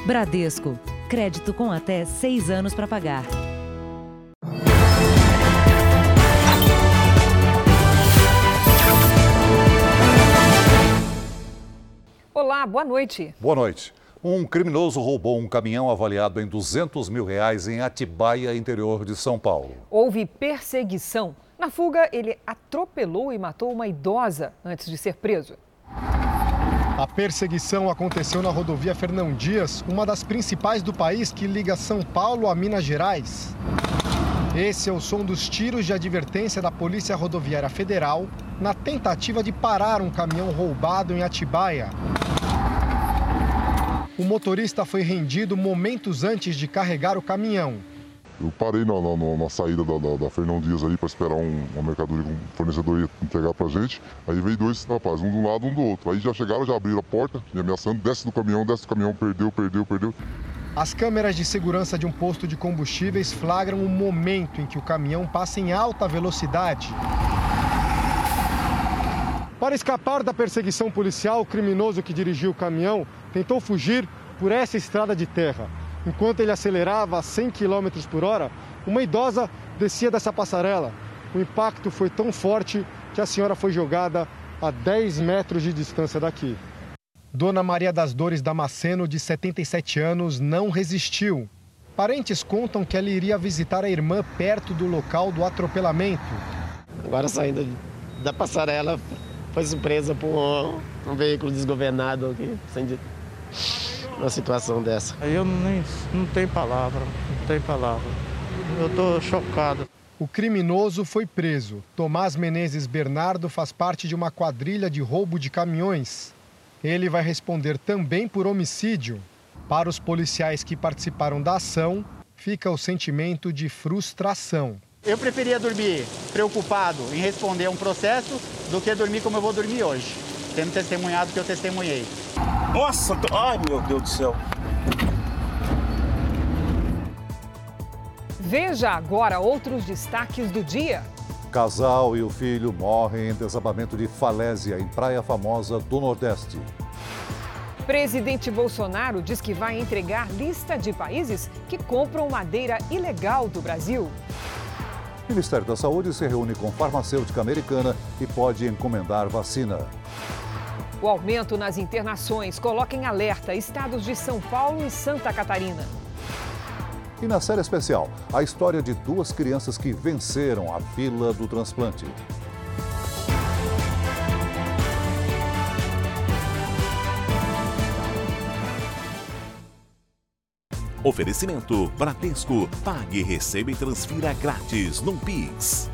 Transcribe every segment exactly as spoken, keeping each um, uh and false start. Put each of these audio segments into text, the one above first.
Bradesco. Crédito com até seis anos para pagar. Olá, boa noite. Boa noite. Um criminoso roubou um caminhão avaliado em duzentos mil reais em Atibaia, interior de São Paulo. Houve perseguição. Na fuga, ele atropelou e matou uma idosa antes de ser preso. A perseguição aconteceu na rodovia Fernão Dias, uma das principais do país que liga São Paulo a Minas Gerais. Esse é o som dos tiros de advertência da Polícia Rodoviária Federal na tentativa de parar um caminhão roubado em Atibaia. O motorista foi rendido momentos antes de carregar o caminhão. Eu parei na, na, na saída da, da, da Fernão Dias ali para esperar um, uma mercadoria que um fornecedor ia entregar pra gente. Aí veio dois rapazes, um de um lado e um do outro. Aí já chegaram, já abriram a porta, me ameaçando, desce do caminhão, desce do caminhão, perdeu, perdeu, perdeu. As câmeras de segurança de um posto de combustíveis flagram o momento em que o caminhão passa em alta velocidade. Para escapar da perseguição policial, o criminoso que dirigiu o caminhão tentou fugir por essa estrada de terra. Enquanto ele acelerava a cem quilômetros por hora, uma idosa descia dessa passarela. O impacto foi tão forte que a senhora foi jogada a dez metros de distância daqui. Dona Maria das Dores Damasceno, de setenta e sete anos, não resistiu. Parentes contam que ela iria visitar a irmã perto do local do atropelamento. Agora saindo da passarela, foi surpresa por um, um veículo desgovernado aqui, sem uma situação dessa. Eu nem, não tenho palavra, não tenho palavra. Eu estou chocado. O criminoso foi preso. Tomás Menezes Bernardo faz parte de uma quadrilha de roubo de caminhões. Ele vai responder também por homicídio. Para os policiais que participaram da ação, fica o sentimento de frustração. Eu preferia dormir preocupado em responder a um processo do que dormir como eu vou dormir hoje, tendo testemunhado o que eu testemunhei. Nossa, ai meu Deus do céu. Veja agora outros destaques do dia. Casal e o filho morrem em desabamento de falésia em Praia Famosa do Nordeste. Presidente Bolsonaro diz que vai entregar lista de países que compram madeira ilegal do Brasil. O Ministério da Saúde se reúne com farmacêutica americana e pode encomendar vacina. O aumento nas internações coloca em alerta estados de São Paulo e Santa Catarina. E na série especial, a história de duas crianças que venceram a fila do transplante. Oferecimento Bradesco. Pague, receba e transfira grátis no Pix.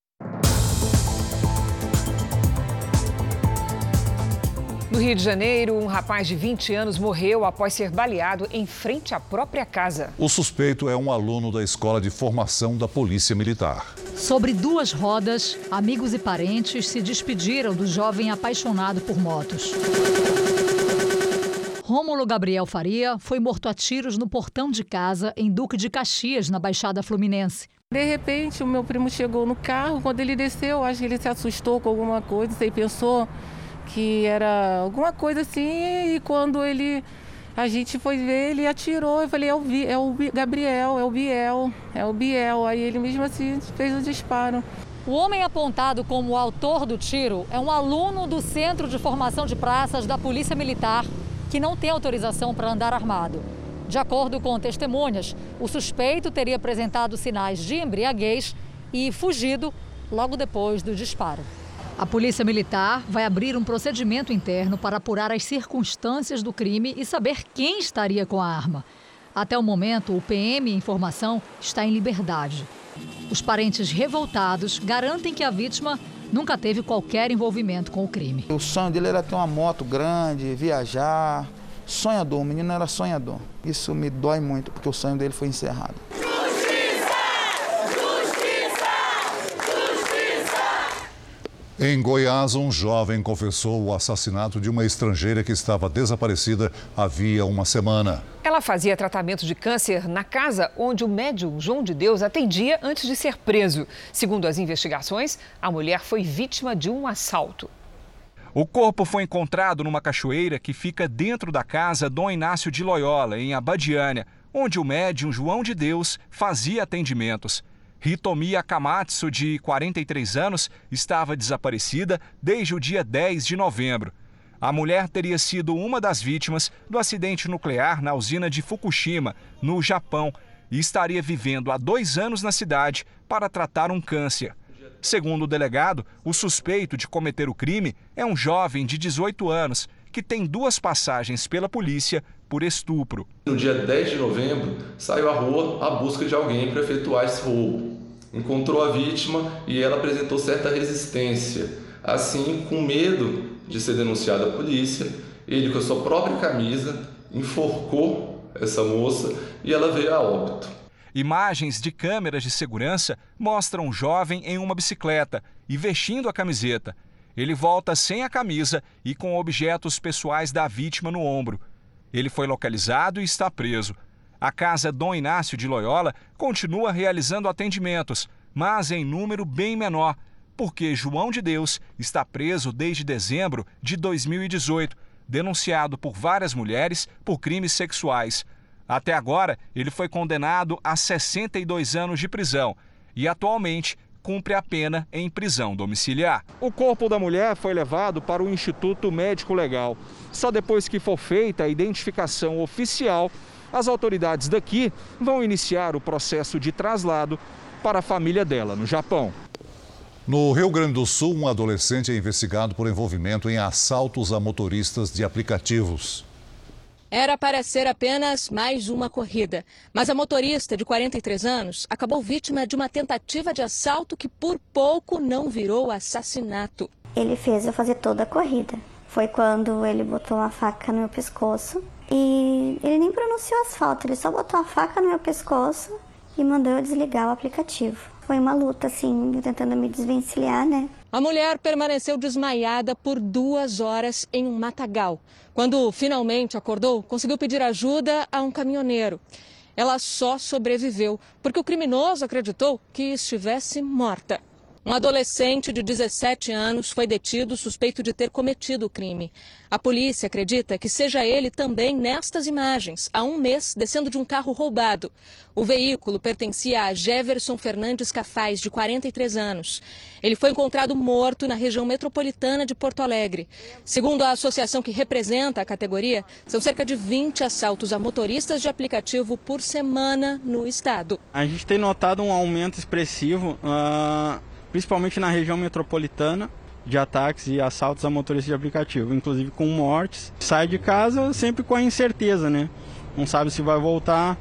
No Rio de Janeiro, um rapaz de vinte anos morreu após ser baleado em frente à própria casa. O suspeito é um aluno da Escola de Formação da Polícia Militar. Sobre duas rodas, amigos e parentes se despediram do jovem apaixonado por motos. Rômulo Gabriel Faria foi morto a tiros no portão de casa em Duque de Caxias, na Baixada Fluminense. De repente, o meu primo chegou no carro. Quando ele desceu, acho que ele se assustou com alguma coisa e pensou que era alguma coisa assim. E quando ele, a gente foi ver, ele atirou. Eu falei, é o, é o Gabriel, é o Biel, é o Biel. Aí ele mesmo assim fez o disparo. O homem apontado como o autor do tiro é um aluno do Centro de Formação de Praças da Polícia Militar, que não tem autorização para andar armado. De acordo com testemunhas, o suspeito teria apresentado sinais de embriaguez e fugido logo depois do disparo. A Polícia Militar vai abrir um procedimento interno para apurar as circunstâncias do crime e saber quem estaria com a arma. Até o momento, o P M em formação está em liberdade. Os parentes revoltados garantem que a vítima nunca teve qualquer envolvimento com o crime. O sonho dele era ter uma moto grande, viajar. Sonhador, o menino era sonhador. Isso me dói muito, porque o sonho dele foi encerrado. Justiça! Justiça! Justiça! Em Goiás, um jovem confessou o assassinato de uma estrangeira que estava desaparecida havia uma semana. Ela fazia tratamento de câncer na casa onde o médium João de Deus atendia antes de ser preso. Segundo as investigações, a mulher foi vítima de um assalto. O corpo foi encontrado numa cachoeira que fica dentro da casa Dom Inácio de Loyola, em Abadiânia, onde o médium João de Deus fazia atendimentos. Hitomi Akamatsu, de quarenta e três anos, estava desaparecida desde o dia dez de novembro. A mulher teria sido uma das vítimas do acidente nuclear na usina de Fukushima, no Japão, e estaria vivendo há dois anos na cidade para tratar um câncer. Segundo o delegado, o suspeito de cometer o crime é um jovem de dezoito anos, que tem duas passagens pela polícia por estupro. No dia dez de novembro, saiu à rua à busca de alguém para efetuar esse roubo. Encontrou a vítima e ela apresentou certa resistência. Assim, com medo de ser denunciado à polícia, ele, com a sua própria camisa, enforcou essa moça e ela veio a óbito. Imagens de câmeras de segurança mostram um jovem em uma bicicleta e vestindo a camiseta. Ele volta sem a camisa e com objetos pessoais da vítima no ombro. Ele foi localizado e está preso. A casa Dom Inácio de Loyola continua realizando atendimentos, mas em número bem menor, porque João de Deus está preso desde dezembro de dois mil e dezoito, denunciado por várias mulheres por crimes sexuais. Até agora, ele foi condenado a sessenta e dois anos de prisão e atualmente cumpre a pena em prisão domiciliar. O corpo da mulher foi levado para o Instituto Médico Legal. Só depois que for feita a identificação oficial, as autoridades daqui vão iniciar o processo de traslado para a família dela no Japão. No Rio Grande do Sul, um adolescente é investigado por envolvimento em assaltos a motoristas de aplicativos. Era para ser apenas mais uma corrida, mas a motorista de quarenta e três anos acabou vítima de uma tentativa de assalto que por pouco não virou assassinato. Ele fez eu fazer toda a corrida. Foi quando ele botou uma faca no meu pescoço e ele nem pronunciou asfalto, ele só botou a faca no meu pescoço e mandou eu desligar o aplicativo. Foi uma luta, assim, tentando me desvencilhar, né? A mulher permaneceu desmaiada por duas horas em um matagal. Quando finalmente acordou, conseguiu pedir ajuda a um caminhoneiro. Ela só sobreviveu porque o criminoso acreditou que estivesse morta. Um adolescente de dezessete anos foi detido suspeito de ter cometido o crime. A polícia acredita que seja ele também nestas imagens, há um mês, descendo de um carro roubado. O veículo pertencia a Jefferson Fernandes Cafaz, de quarenta e três anos. Ele foi encontrado morto na região metropolitana de Porto Alegre. Segundo a associação que representa a categoria, são cerca de vinte assaltos a motoristas de aplicativo por semana no estado. A gente tem notado um aumento expressivo, uh... principalmente na região metropolitana, de ataques e assaltos a motoristas de aplicativo, inclusive com mortes. Sai de casa sempre com a incerteza, né? Não sabe se vai voltar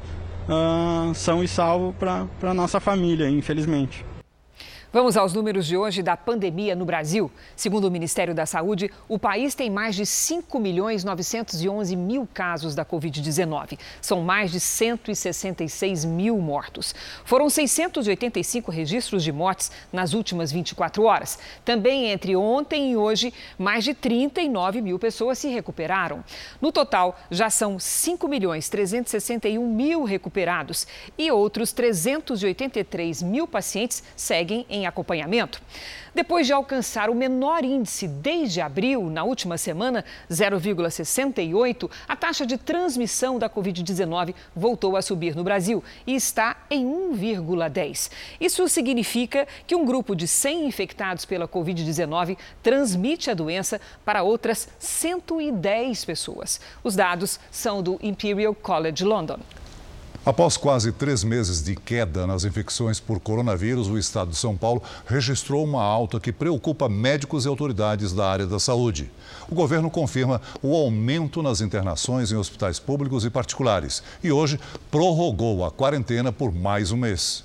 uh, são e salvo para a nossa família, infelizmente. Vamos aos números de hoje da pandemia no Brasil. Segundo o Ministério da Saúde, o país tem mais de cinco milhões novecentos e onze mil casos da covid dezenove. São mais de cento e sessenta e seis mil mortos. Foram seiscentos e oitenta e cinco registros de mortes nas últimas vinte e quatro horas. Também entre ontem e hoje, mais de trinta e nove mil pessoas se recuperaram. No total, já são cinco milhões trezentos e sessenta e um mil recuperados e outros trezentos e oitenta e três mil pacientes seguem em em acompanhamento. Depois de alcançar o menor índice desde abril, na última semana, zero vírgula sessenta e oito, a taxa de transmissão da covid dezenove voltou a subir no Brasil e está em um vírgula dez. Isso significa que um grupo de cem infectados pela covid dezenove transmite a doença para outras cento e dez pessoas. Os dados são do Imperial College London. Após quase três meses de queda nas infecções por coronavírus, o estado de São Paulo registrou uma alta que preocupa médicos e autoridades da área da saúde. O governo confirma o aumento nas internações em hospitais públicos e particulares e hoje prorrogou a quarentena por mais um mês.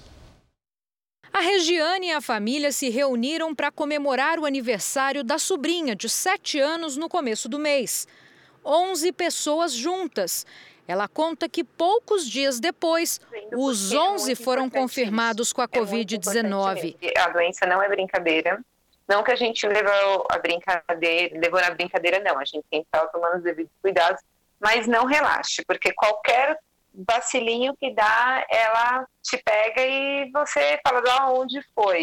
A Regiane e a família se reuniram para comemorar o aniversário da sobrinha de sete anos no começo do mês. onze pessoas juntas. Ela conta que poucos dias depois, os onze foram confirmados com a covid dezenove. A doença não é brincadeira. Não que a gente levou a brincadeira, levou na brincadeira, não. A gente tem que estar tomando os devidos cuidados, mas não relaxe, porque qualquer vacilinho que dá, ela te pega e você fala de onde foi.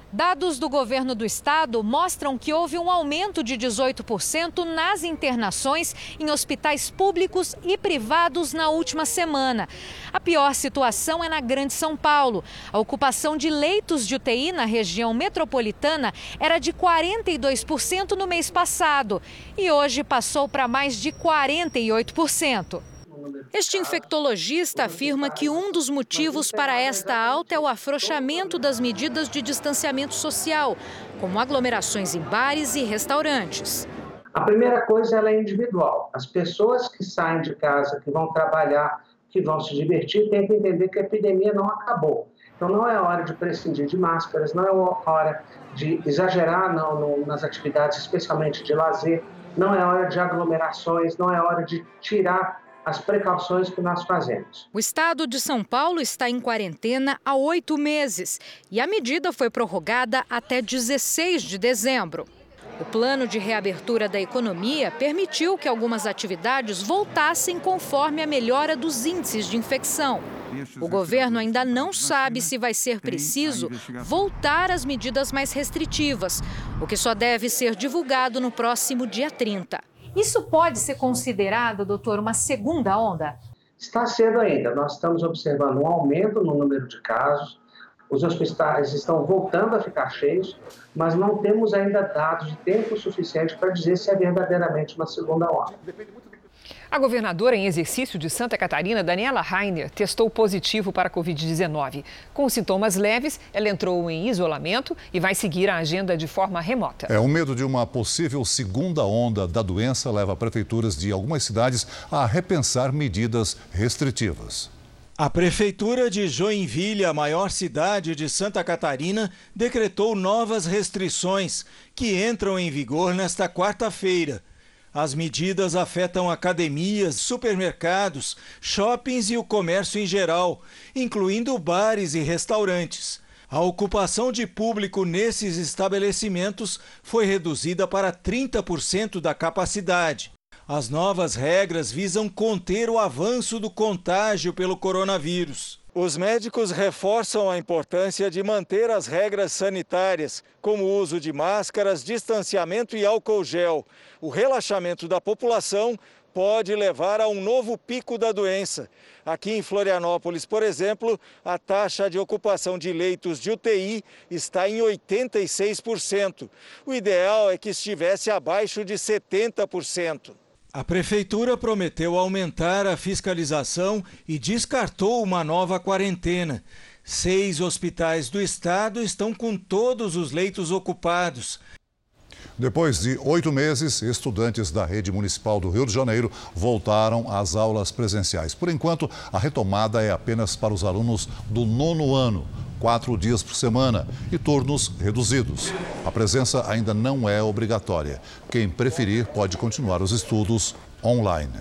Dados do governo do estado mostram que houve um aumento de dezoito por cento nas internações em hospitais públicos e privados na última semana. A pior situação é na Grande São Paulo. A ocupação de leitos de U T I na região metropolitana era de quarenta e dois por cento no mês passado e hoje passou para mais de quarenta e oito por cento. Este infectologista afirma que um dos motivos para esta alta é o afrouxamento das medidas de distanciamento social, como aglomerações em bares e restaurantes. A primeira coisa ela é individual. As pessoas que saem de casa, que vão trabalhar, que vão se divertir, têm que entender que a epidemia não acabou. Então não é hora de prescindir de máscaras, não é hora de exagerar não, no, nas atividades, especialmente de lazer, não é hora de aglomerações, não é hora de tirar as precauções que nós fazemos. O estado de São Paulo está em quarentena há oito meses e a medida foi prorrogada até dezesseis de dezembro. O plano de reabertura da economia permitiu que algumas atividades voltassem conforme a melhora dos índices de infecção. O governo ainda não sabe se vai ser preciso voltar às medidas mais restritivas, o que só deve ser divulgado no próximo dia trinta. Isso pode ser considerado, doutor, uma segunda onda? Está cedo ainda. Nós estamos observando um aumento no número de casos. Os hospitais estão voltando a ficar cheios, mas não temos ainda dados de tempo suficiente para dizer se é verdadeiramente uma segunda onda. A governadora em exercício de Santa Catarina, Daniela Rainer, testou positivo para a covid dezenove. Com sintomas leves, ela entrou em isolamento e vai seguir a agenda de forma remota. É, o medo de uma possível segunda onda da doença leva prefeituras de algumas cidades a repensar medidas restritivas. A Prefeitura de Joinville, a maior cidade de Santa Catarina, decretou novas restrições que entram em vigor nesta quarta-feira. As medidas afetam academias, supermercados, shoppings e o comércio em geral, incluindo bares e restaurantes. A ocupação de público nesses estabelecimentos foi reduzida para trinta por cento da capacidade. As novas regras visam conter o avanço do contágio pelo coronavírus. Os médicos reforçam a importância de manter as regras sanitárias, como o uso de máscaras, distanciamento e álcool gel. O relaxamento da população pode levar a um novo pico da doença. Aqui em Florianópolis, por exemplo, a taxa de ocupação de leitos de U T I está em oitenta e seis por cento. O ideal é que estivesse abaixo de setenta por cento. A prefeitura prometeu aumentar a fiscalização e descartou uma nova quarentena. Seis hospitais do estado estão com todos os leitos ocupados. Depois de oito meses, estudantes da rede municipal do Rio de Janeiro voltaram às aulas presenciais. Por enquanto, a retomada é apenas para os alunos do nono ano, quatro dias por semana e turnos reduzidos. A presença ainda não é obrigatória. Quem preferir pode continuar os estudos online.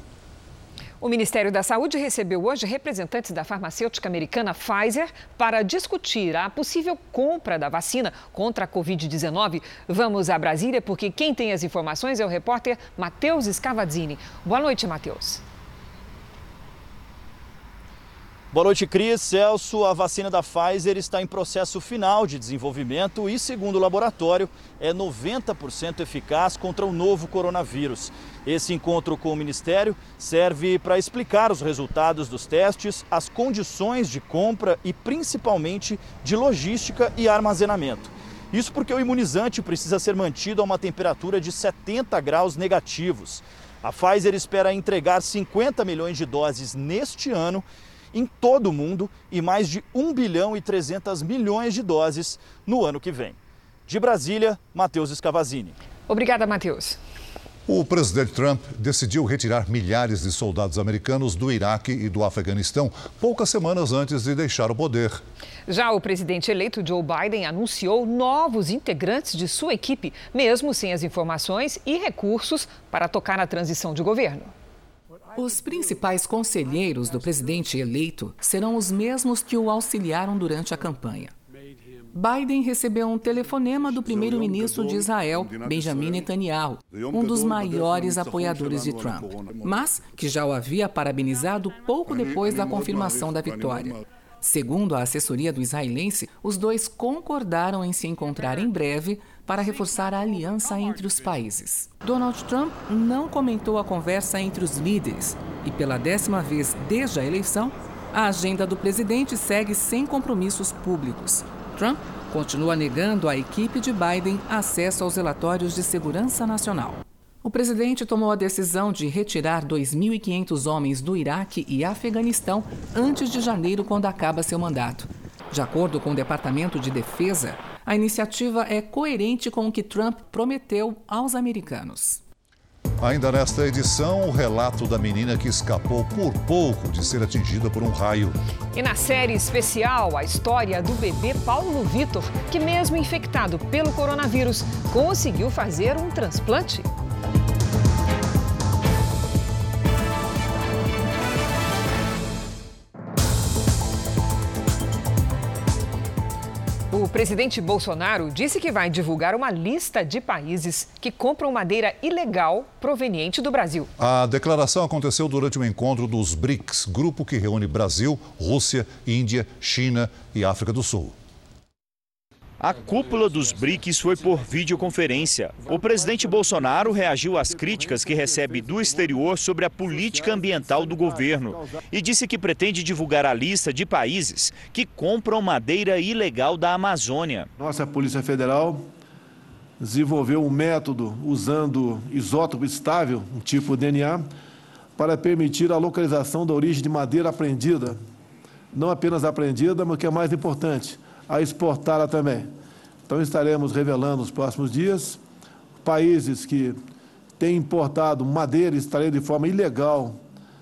O Ministério da Saúde recebeu hoje representantes da farmacêutica americana Pfizer para discutir a possível compra da vacina contra a covid dezenove. Vamos a Brasília porque quem tem as informações é o repórter Matheus Scavazini. Boa noite, Matheus. Boa noite, Cris. Celso, a vacina da Pfizer está em processo final de desenvolvimento e, segundo o laboratório, é noventa por cento eficaz contra o novo coronavírus. Esse encontro com o Ministério serve para explicar os resultados dos testes, as condições de compra e, principalmente, de logística e armazenamento. Isso porque o imunizante precisa ser mantido a uma temperatura de setenta graus negativos. A Pfizer espera entregar cinquenta milhões de doses neste ano em todo o mundo e mais de um bilhão e trezentos milhões de doses no ano que vem. De Brasília, Matheus Scavazini. Obrigada, Matheus. O presidente Trump decidiu retirar milhares de soldados americanos do Iraque e do Afeganistão poucas semanas antes de deixar o poder. Já o presidente eleito Joe Biden anunciou novos integrantes de sua equipe, mesmo sem as informações e recursos para tocar na transição de governo. Os principais conselheiros do presidente eleito serão os mesmos que o auxiliaram durante a campanha. Biden recebeu um telefonema do primeiro-ministro de Israel, Benjamin Netanyahu, um dos maiores apoiadores de Trump, mas que já o havia parabenizado pouco depois da confirmação da vitória. Segundo a assessoria do israelense, os dois concordaram em se encontrar em breve para reforçar a aliança entre os países. Donald Trump não comentou a conversa entre os líderes e, pela décima vez desde a eleição, a agenda do presidente segue sem compromissos públicos. Trump continua negando à equipe de Biden acesso aos relatórios de segurança nacional. O presidente tomou a decisão de retirar dois mil e quinhentos homens do Iraque e Afeganistão antes de janeiro, quando acaba seu mandato. De acordo com o Departamento de Defesa, a iniciativa é coerente com o que Trump prometeu aos americanos. Ainda nesta edição, o relato da menina que escapou por pouco de ser atingida por um raio. E na série especial, a história do bebê Paulo Vitor, que mesmo infectado pelo coronavírus, conseguiu fazer um transplante. O presidente Bolsonaro disse que vai divulgar uma lista de países que compram madeira ilegal proveniente do Brasil. A declaração aconteceu durante o encontro dos BRICS, grupo que reúne Brasil, Rússia, Índia, China e África do Sul. A cúpula dos BRICS foi por videoconferência. O presidente Bolsonaro reagiu às críticas que recebe do exterior sobre a política ambiental do governo e disse que pretende divulgar a lista de países que compram madeira ilegal da Amazônia. Nossa Polícia Federal desenvolveu um método usando isótopo estável, um tipo D N A, para permitir a localização da origem de madeira apreendida. Não apenas apreendida, mas o que é mais importante, a exportá-la também. Então estaremos revelando nos próximos dias países que têm importado madeira e estaria de forma ilegal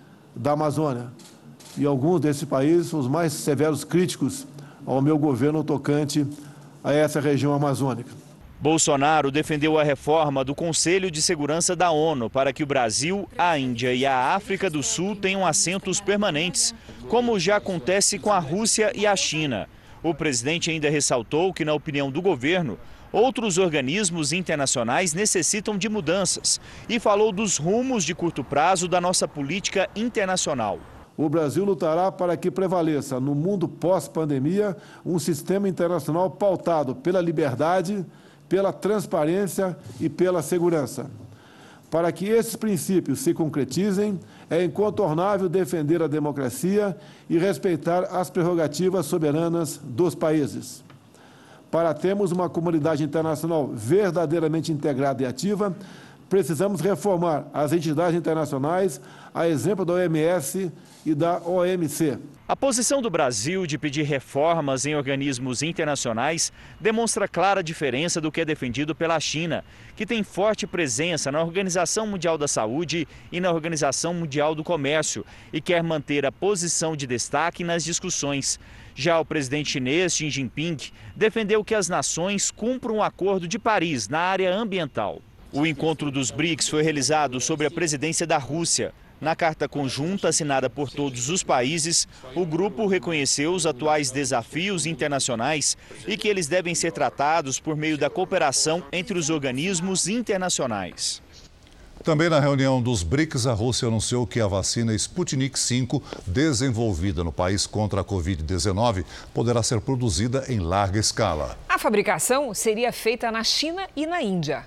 da Amazônia. E alguns desses países são os mais severos críticos ao meu governo tocante a essa região amazônica. Bolsonaro defendeu a reforma do Conselho de Segurança da ONU para que o Brasil, a Índia e a África do Sul tenham assentos permanentes, como já acontece com a Rússia e a China. O presidente ainda ressaltou que, na opinião do governo, outros organismos internacionais necessitam de mudanças e falou dos rumos de curto prazo da nossa política internacional. O Brasil lutará para que prevaleça no mundo pós-pandemia um sistema internacional pautado pela liberdade, pela transparência e pela segurança. Para que esses princípios se concretizem, é incontornável defender a democracia e respeitar as prerrogativas soberanas dos países. Para termos uma comunidade internacional verdadeiramente integrada e ativa, precisamos reformar as entidades internacionais, a exemplo da O M S e da O M C. A posição do Brasil de pedir reformas em organismos internacionais demonstra clara diferença do que é defendido pela China, que tem forte presença na Organização Mundial da Saúde e na Organização Mundial do Comércio e quer manter a posição de destaque nas discussões. Já o presidente chinês Xi Jinping defendeu que as nações cumpram o Acordo de Paris na área ambiental. O encontro dos BRICS foi realizado sob a presidência da Rússia. Na carta conjunta assinada por todos os países, o grupo reconheceu os atuais desafios internacionais e que eles devem ser tratados por meio da cooperação entre os organismos internacionais. Também na reunião dos BRICS, a Rússia anunciou que a vacina Sputnik cinco, desenvolvida no país contra a covid dezenove, poderá ser produzida em larga escala. A fabricação seria feita na China e na Índia.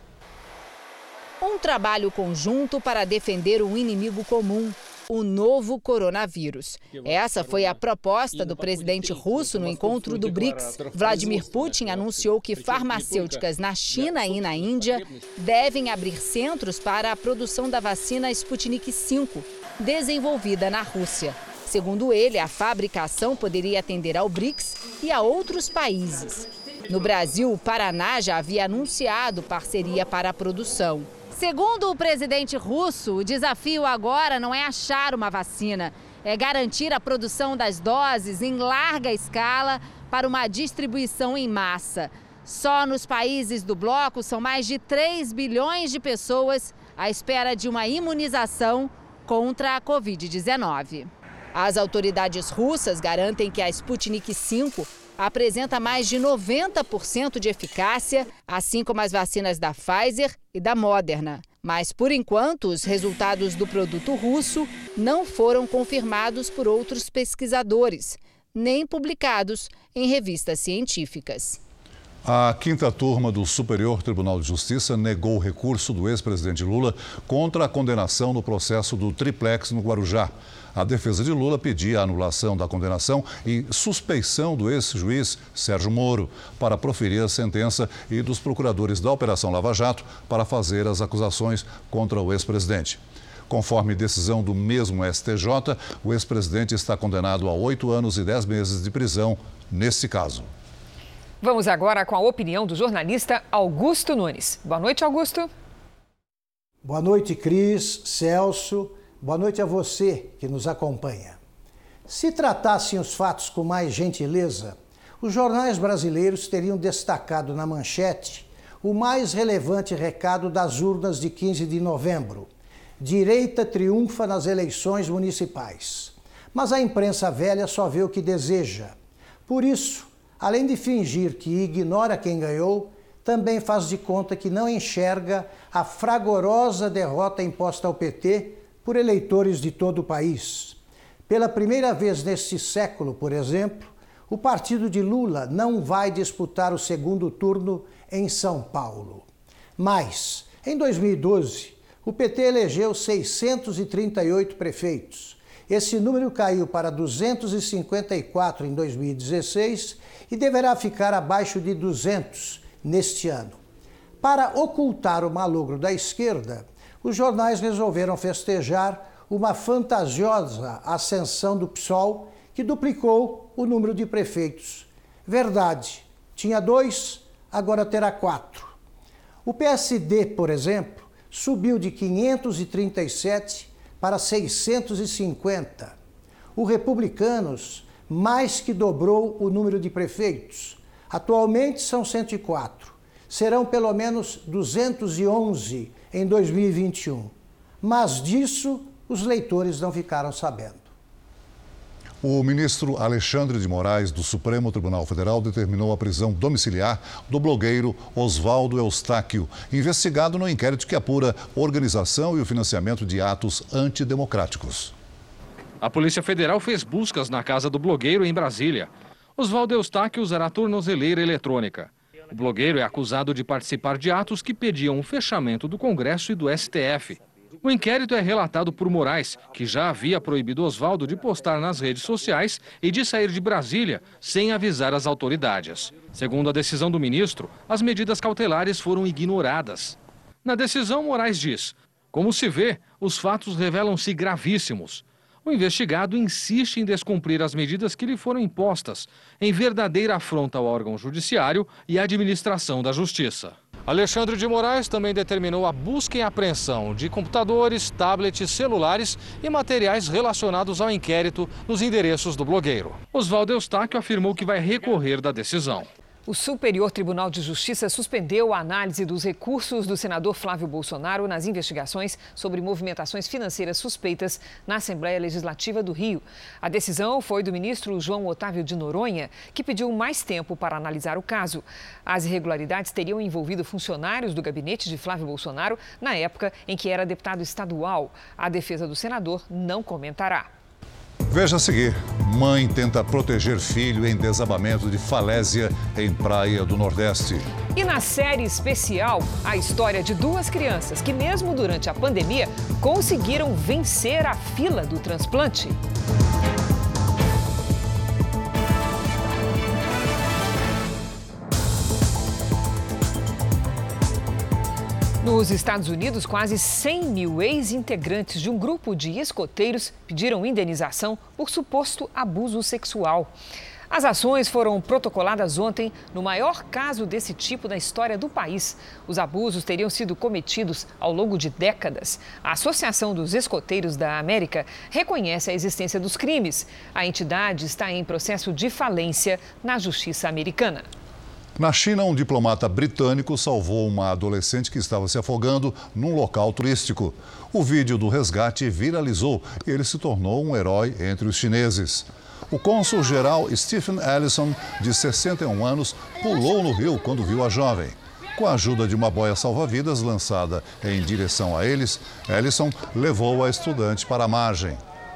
Um trabalho conjunto para defender um inimigo comum, o novo coronavírus. Essa foi a proposta do presidente russo no encontro do BRICS. Vladimir Putin anunciou que farmacêuticas na China e na Índia devem abrir centros para a produção da vacina Sputnik cinco, desenvolvida na Rússia. Segundo ele, a fabricação poderia atender ao BRICS e a outros países. No Brasil, o Paraná já havia anunciado parceria para a produção. Segundo o presidente russo, o desafio agora não é achar uma vacina, é garantir a produção das doses em larga escala para uma distribuição em massa. Só nos países do bloco são mais de três bilhões de pessoas à espera de uma imunização contra a covid dezenove. As autoridades russas garantem que a Sputnik cinco apresenta mais de noventa por cento de eficácia, assim como as vacinas da Pfizer e da Moderna. Mas, por enquanto, os resultados do produto russo não foram confirmados por outros pesquisadores. nem publicados em revistas científicas. A quinta turma do Superior Tribunal de Justiça negou o recurso do ex-presidente Lula contra a condenação no processo do triplex no Guarujá. A defesa de Lula pedia a anulação da condenação e suspeição do ex-juiz Sérgio Moro para proferir a sentença e dos procuradores da Operação Lava Jato para fazer as acusações contra o ex-presidente. Conforme decisão do mesmo S T J, o ex-presidente está condenado a oito anos e dez meses de prisão nesse caso. Vamos agora com a opinião do jornalista Augusto Nunes. Boa noite, Augusto. Boa noite, Cris, Celso. Boa noite a você que nos acompanha. Se tratassem os fatos com mais gentileza, os jornais brasileiros teriam destacado na manchete o mais relevante recado das urnas de quinze de novembro. Direita triunfa nas eleições municipais. Mas a imprensa velha só vê o que deseja. Por isso, além de fingir que ignora quem ganhou, também faz de conta que não enxerga a fragorosa derrota imposta ao P T por eleitores de todo o país. Pela primeira vez neste século, por exemplo, o partido de Lula não vai disputar o segundo turno em São Paulo. Mas, em dois mil e doze, o P T elegeu seiscentos e trinta e oito prefeitos. Esse número caiu para duzentos e cinquenta e quatro em dois mil e dezesseis e deverá ficar abaixo de duzentos neste ano. Para ocultar o malogro da esquerda, os jornais resolveram festejar uma fantasiosa ascensão do P SOL, que duplicou o número de prefeitos. Verdade, tinha dois, agora terá quatro. O P S D, por exemplo, subiu de quinhentos e trinta e sete para seiscentos e cinquenta. O Republicanos mais que dobrou o número de prefeitos. Atualmente são cento e quatro. Serão pelo menos duzentos e onze em dois mil e vinte e um. Mas disso os leitores não ficaram sabendo. O ministro Alexandre de Moraes, do Supremo Tribunal Federal, determinou a prisão domiciliar do blogueiro Oswaldo Eustáquio, investigado no inquérito que apura organização e o financiamento de atos antidemocráticos. A Polícia Federal fez buscas na casa do blogueiro em Brasília. Oswaldo Eustáquio usará tornozeleira eletrônica. O blogueiro é acusado de participar de atos que pediam o fechamento do Congresso e do S T F. O inquérito é relatado por Moraes, que já havia proibido Oswaldo de postar nas redes sociais e de sair de Brasília sem avisar as autoridades. Segundo a decisão do ministro, as medidas cautelares foram ignoradas. Na decisão, Moraes diz: como se vê, os fatos revelam-se gravíssimos. O investigado insiste em descumprir as medidas que lhe foram impostas, em verdadeira afronta ao órgão judiciário e à administração da justiça. Alexandre de Moraes também determinou a busca e apreensão de computadores, tablets, celulares e materiais relacionados ao inquérito nos endereços do blogueiro. Oswaldo Eustáquio afirmou que vai recorrer da decisão. O Superior Tribunal de Justiça suspendeu a análise dos recursos do senador Flávio Bolsonaro nas investigações sobre movimentações financeiras suspeitas na Assembleia Legislativa do Rio. A decisão foi do ministro João Otávio de Noronha, que pediu mais tempo para analisar o caso. As irregularidades teriam envolvido funcionários do gabinete de Flávio Bolsonaro na época em que era deputado estadual. A defesa do senador não comentará. Veja a seguir. Mãe tenta proteger filho em desabamento de falésia em Praia do Nordeste. E na série especial, a história de duas crianças que, mesmo durante a pandemia, conseguiram vencer a fila do transplante. Nos Estados Unidos, quase cem mil ex-integrantes de um grupo de escoteiros pediram indenização por suposto abuso sexual. As ações foram protocoladas ontem no maior caso desse tipo na história do país. Os abusos teriam sido cometidos ao longo de décadas. A Associação dos Escoteiros da América reconhece a existência dos crimes. A entidade está em processo de falência na justiça americana. Na China, um diplomata britânico salvou uma adolescente que estava se afogando num local turístico. O vídeo do resgate viralizou e ele se tornou um herói entre os chineses. O cônsul-geral Stephen Ellison, de sessenta e um anos, pulou no rio quando viu a jovem. Com a ajuda de uma boia salva-vidas lançada em direção a eles, Ellison levou a estudante para a margem.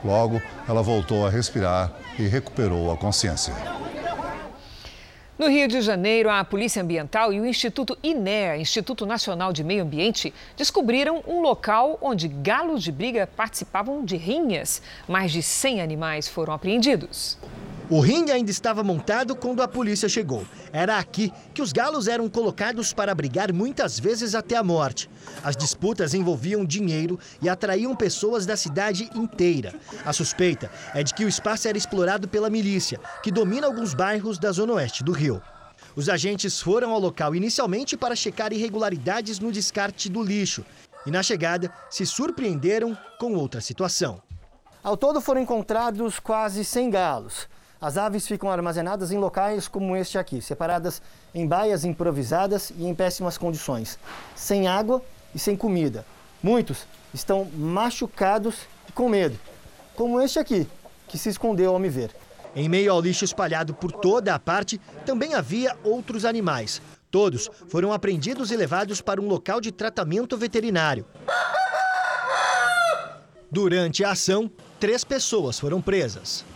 Logo, ela voltou a respirar e recuperou a consciência. No Rio de Janeiro, a Polícia Ambiental e o Instituto INEA, Instituto Nacional de Meio Ambiente, descobriram um local onde galos de briga participavam de rinhas. Mais de cem animais foram apreendidos. O ringue ainda estava montado quando a polícia chegou. Era aqui que os galos eram colocados para brigar muitas vezes até a morte. As disputas envolviam dinheiro e atraíam pessoas da cidade inteira. A suspeita é de que o espaço era explorado pela milícia, que domina alguns bairros da zona oeste do Rio. Os agentes foram ao local inicialmente para checar irregularidades no descarte do lixo. E na chegada, se surpreenderam com outra situação. Ao todo foram encontrados quase cem galos. As aves ficam armazenadas em locais como este aqui, separadas em baias improvisadas e em péssimas condições, sem água e sem comida. Muitos estão machucados e com medo, como este aqui, que se escondeu ao me ver. Em meio ao lixo espalhado por toda a parte, também havia outros animais. Todos foram apreendidos e levados para um local de tratamento veterinário. Durante a ação, três pessoas foram presas.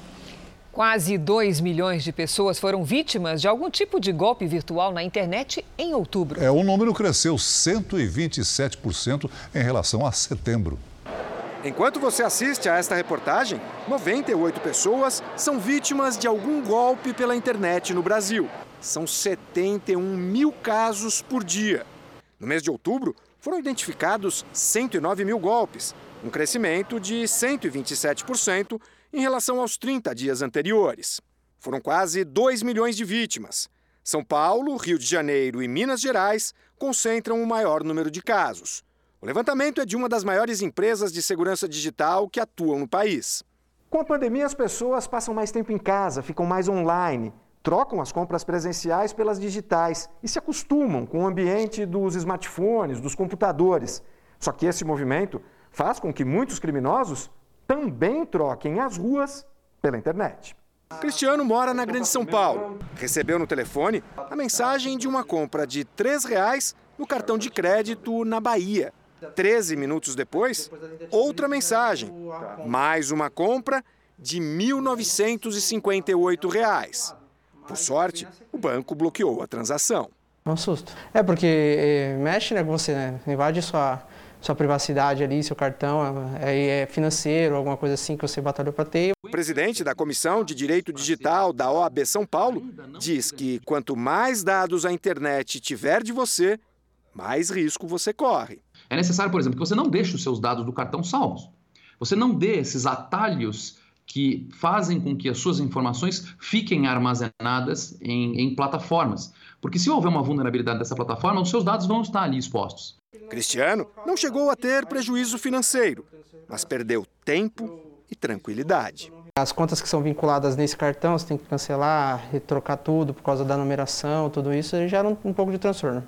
Quase dois milhões de pessoas foram vítimas de algum tipo de golpe virtual na internet em outubro. É, o número cresceu cento e vinte e sete por cento em relação a setembro. Enquanto você assiste a esta reportagem, noventa e oito pessoas são vítimas de algum golpe pela internet no Brasil. São setenta e um mil casos por dia. No mês de outubro, foram identificados cento e nove mil golpes, um crescimento de cento e vinte e sete por cento em relação aos trinta dias anteriores. Foram quase dois milhões de vítimas. São Paulo, Rio de Janeiro e Minas Gerais concentram o maior número de casos. O levantamento é de uma das maiores empresas de segurança digital que atuam no país. Com a pandemia, as pessoas passam mais tempo em casa, ficam mais online, trocam as compras presenciais pelas digitais e se acostumam com o ambiente dos smartphones, dos computadores. Só que esse movimento faz com que muitos criminosos também troquem as ruas pela internet. Cristiano mora na Grande São Paulo. Recebeu no telefone a mensagem de uma compra de três reais no cartão de crédito na Bahia. Treze minutos depois, outra mensagem. Mais uma compra de mil novecentos e cinquenta e oito reais. Por sorte, o banco bloqueou a transação. É um susto. É porque é, mexe, né, com você, né? Invade sua... sua privacidade ali, seu cartão, é, é financeiro, alguma coisa assim que você batalhou para ter. O presidente da Comissão de Direito Digital da O A B São Paulo diz que quanto mais dados a internet tiver de você, mais risco você corre. É necessário, por exemplo, que você não deixe os seus dados do cartão salvos. Você não dê esses atalhos que fazem com que as suas informações fiquem armazenadas em, em plataformas. Porque se houver uma vulnerabilidade dessa plataforma, os seus dados vão estar ali expostos. Cristiano não chegou a ter prejuízo financeiro, mas perdeu tempo e tranquilidade. As contas que são vinculadas nesse cartão, você tem que cancelar, retrocar tudo por causa da numeração, tudo isso gera um, um pouco de transtorno.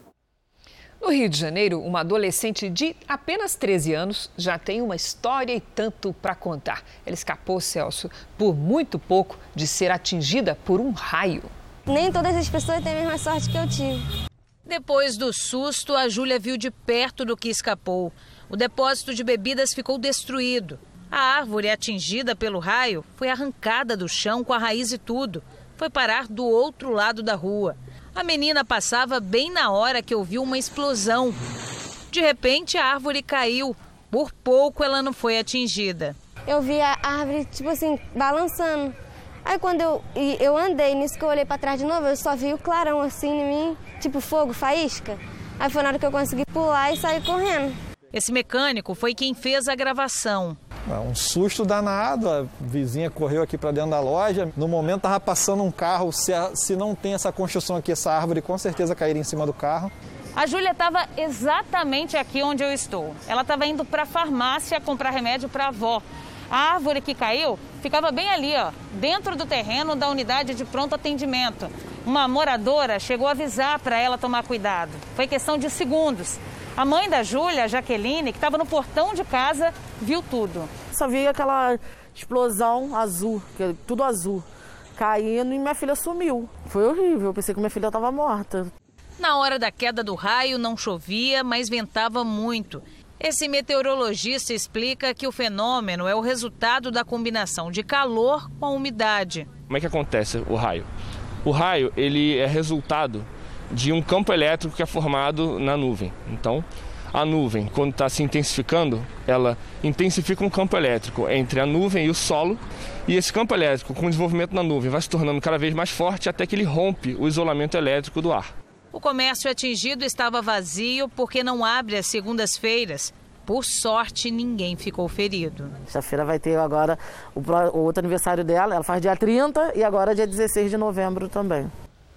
No Rio de Janeiro, uma adolescente de apenas treze anos já tem uma história e tanto para contar. Ela escapou, Celso, por muito pouco de ser atingida por um raio. Nem todas as pessoas têm a mesma sorte que eu tive. Depois do susto, a Júlia viu de perto do que escapou. O depósito de bebidas ficou destruído. A árvore atingida pelo raio foi arrancada do chão com a raiz e tudo. Foi parar do outro lado da rua. A menina passava bem na hora que ouviu uma explosão. De repente, a árvore caiu. Por pouco, ela não foi atingida. Eu vi a árvore, tipo assim, balançando. Aí quando eu, eu andei, nisso que eu olhei para trás de novo, eu só vi o clarão assim em mim, tipo fogo, faísca. Aí foi na hora que eu consegui pular e sair correndo. Esse mecânico foi quem fez a gravação. Um susto danado, a vizinha correu aqui para dentro da loja. No momento estava passando um carro, se, a, se não tem essa construção aqui, essa árvore com certeza cairia em cima do carro. A Júlia estava exatamente aqui onde eu estou. Ela estava indo para a farmácia comprar remédio para a avó. A árvore que caiu ficava bem ali, ó, dentro do terreno da unidade de pronto atendimento. Uma moradora chegou a avisar para ela tomar cuidado. Foi questão de segundos. A mãe da Júlia, Jaqueline, que estava no portão de casa, viu tudo. Só vi aquela explosão azul, tudo azul, caindo e minha filha sumiu. Foi horrível, eu pensei que minha filha estava morta. Na hora da queda do raio não chovia, mas ventava muito. Esse meteorologista explica que o fenômeno é o resultado da combinação de calor com a umidade. Como é que acontece o raio? O raio ele é resultado de um campo elétrico que é formado na nuvem. Então, a nuvem, quando está se intensificando, ela intensifica um campo elétrico entre a nuvem e o solo. E esse campo elétrico, com o desenvolvimento na nuvem, vai se tornando cada vez mais forte até que ele rompe o isolamento elétrico do ar. O comércio atingido estava vazio porque não abre às segundas-feiras. Por sorte, ninguém ficou ferido. Sexta-feira vai ter agora o, o outro aniversário dela, ela faz dia trinta e agora dia dezesseis de novembro também.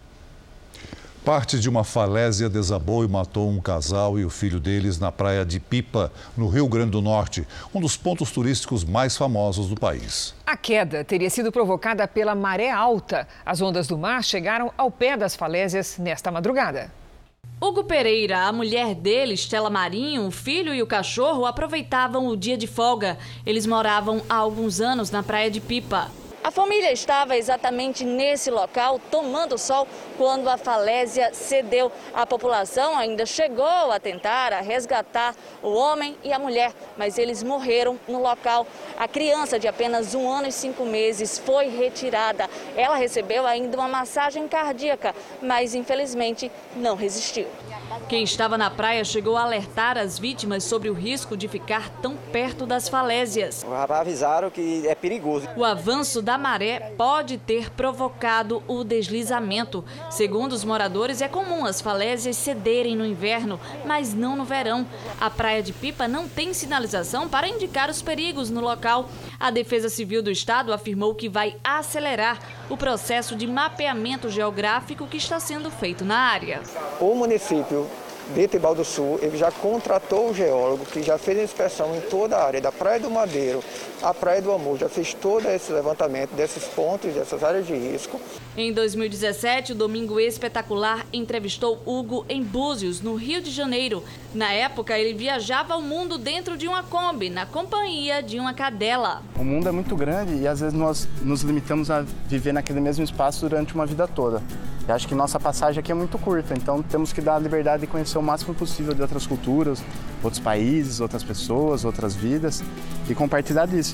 Parte de uma falésia desabou e matou um casal e o filho deles na praia de Pipa, no Rio Grande do Norte, um dos pontos turísticos mais famosos do país. A queda teria sido provocada pela maré alta. As ondas do mar chegaram ao pé das falésias nesta madrugada. Hugo Pereira, a mulher dele, Estela Marinho, o filho e o cachorro aproveitavam o dia de folga. Eles moravam há alguns anos na praia de Pipa. A família estava exatamente nesse local, tomando sol, quando a falésia cedeu. A população ainda chegou a tentar a resgatar o homem e a mulher, mas eles morreram no local. A criança de apenas um ano e cinco meses foi retirada. Ela recebeu ainda uma massagem cardíaca, mas infelizmente não resistiu. Quem estava na praia chegou a alertar as vítimas sobre o risco de ficar tão perto das falésias. Avisaram que é perigoso. O avanço da maré pode ter provocado o deslizamento. Segundo os moradores, é comum as falésias cederem no inverno, mas não no verão. A praia de Pipa não tem sinalização para indicar os perigos no local. A Defesa Civil do Estado afirmou que vai acelerar o processo de mapeamento geográfico que está sendo feito na área. O município de Tibau do Sul, ele já contratou o geólogo que já fez a inspeção em toda a área da Praia do Madeiro, a Praia do Amor, já fez todo esse levantamento desses pontos, dessas áreas de risco. Em dois mil e dezessete, o Domingo Espetacular entrevistou Hugo em Búzios, no Rio de Janeiro. Na época, ele viajava ao mundo dentro de uma Kombi, na companhia de uma cadela. O mundo é muito grande e às vezes nós nos limitamos a viver naquele mesmo espaço durante uma vida toda. Eu acho que nossa passagem aqui é muito curta, então temos que dar a liberdade de conhecer o máximo possível de outras culturas, outros países, outras pessoas, outras vidas e compartilhar disso.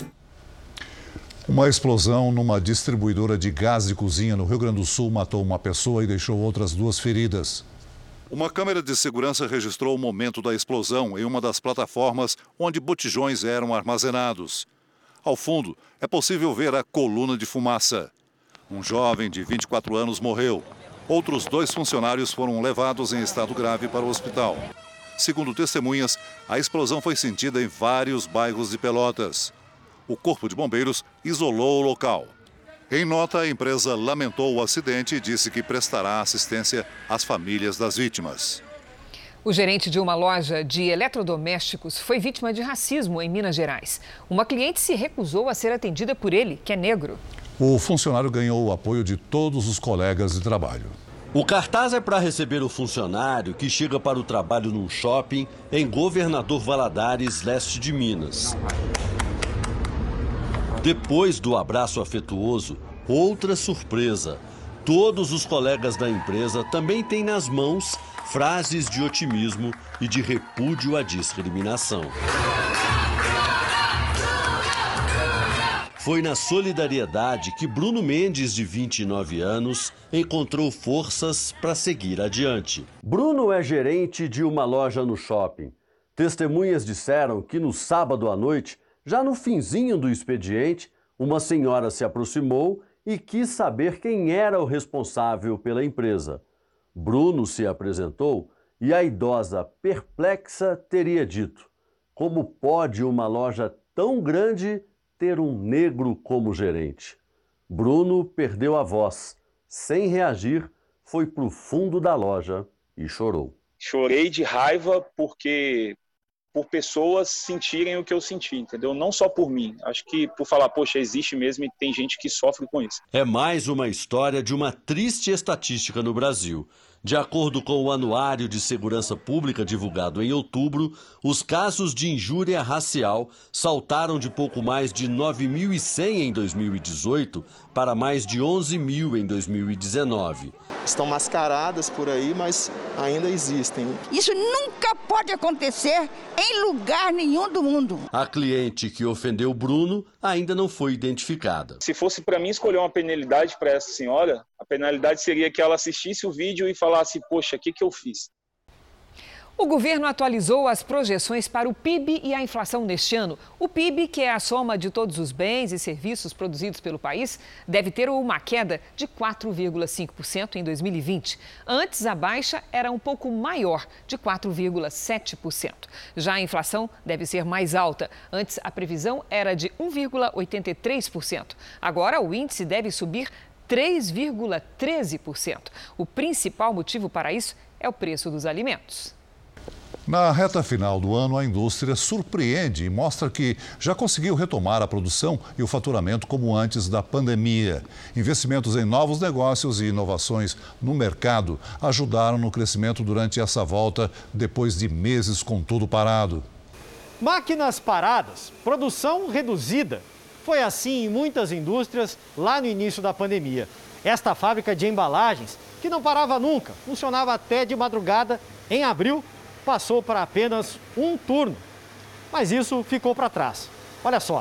Uma explosão numa distribuidora de gás de cozinha no Rio Grande do Sul matou uma pessoa e deixou outras duas feridas. Uma câmera de segurança registrou o momento da explosão em uma das plataformas onde botijões eram armazenados. Ao fundo, é possível ver a coluna de fumaça. Um jovem de vinte e quatro anos morreu. Outros dois funcionários foram levados em estado grave para o hospital. Segundo testemunhas, a explosão foi sentida em vários bairros de Pelotas. O Corpo de Bombeiros isolou o local. Em nota, a empresa lamentou o acidente e disse que prestará assistência às famílias das vítimas. O gerente de uma loja de eletrodomésticos foi vítima de racismo em Minas Gerais. Uma cliente se recusou a ser atendida por ele, que é negro. O funcionário ganhou o apoio de todos os colegas de trabalho. O cartaz é para receber o funcionário que chega para o trabalho num shopping em Governador Valadares, leste de Minas. Depois do abraço afetuoso, outra surpresa. Todos os colegas da empresa também têm nas mãos frases de otimismo e de repúdio à discriminação. Foi na solidariedade que Bruno Mendes, de vinte e nove anos, encontrou forças para seguir adiante. Bruno é gerente de uma loja no shopping. Testemunhas disseram que no sábado à noite, já no finzinho do expediente, uma senhora se aproximou e quis saber quem era o responsável pela empresa. Bruno se apresentou e a idosa, perplexa, teria dito: como pode uma loja tão grande ter um negro como gerente? Bruno perdeu a voz. Sem reagir, foi para o fundo da loja e chorou. Chorei de raiva porque por pessoas sentirem o que eu senti, entendeu? Não só por mim. Acho que por falar, poxa, existe mesmo e tem gente que sofre com isso. É mais uma história de uma triste estatística no Brasil. De acordo com o Anuário de Segurança Pública divulgado em outubro, os casos de injúria racial saltaram de pouco mais de nove mil e cem em dois mil e dezoito para mais de onze mil em dois mil e dezenove. Estão mascaradas por aí, mas ainda existem. Isso nunca pode acontecer em lugar nenhum do mundo. A cliente que ofendeu Bruno ainda não foi identificada. Se fosse para mim escolher uma penalidade para essa senhora, a penalidade seria que ela assistisse o vídeo e falasse, poxa, o que, que eu fiz? O governo atualizou as projeções para o P I B e a inflação neste ano. O P I B, que é a soma de todos os bens e serviços produzidos pelo país, deve ter uma queda de quatro vírgula cinco por cento em dois mil e vinte. Antes, a baixa era um pouco maior, de quatro vírgula sete por cento. Já a inflação deve ser mais alta. Antes, a previsão era de um vírgula oitenta e três por cento. Agora, o índice deve subir três vírgula treze por cento. O principal motivo para isso é o preço dos alimentos. Na reta final do ano, a indústria surpreende e mostra que já conseguiu retomar a produção e o faturamento como antes da pandemia. Investimentos em novos negócios e inovações no mercado ajudaram no crescimento durante essa volta, depois de meses com tudo parado. Máquinas paradas, produção reduzida. Foi assim em muitas indústrias lá no início da pandemia. Esta fábrica de embalagens, que não parava nunca, funcionava até de madrugada, em abril, passou para apenas um turno. Mas isso ficou para trás. Olha só.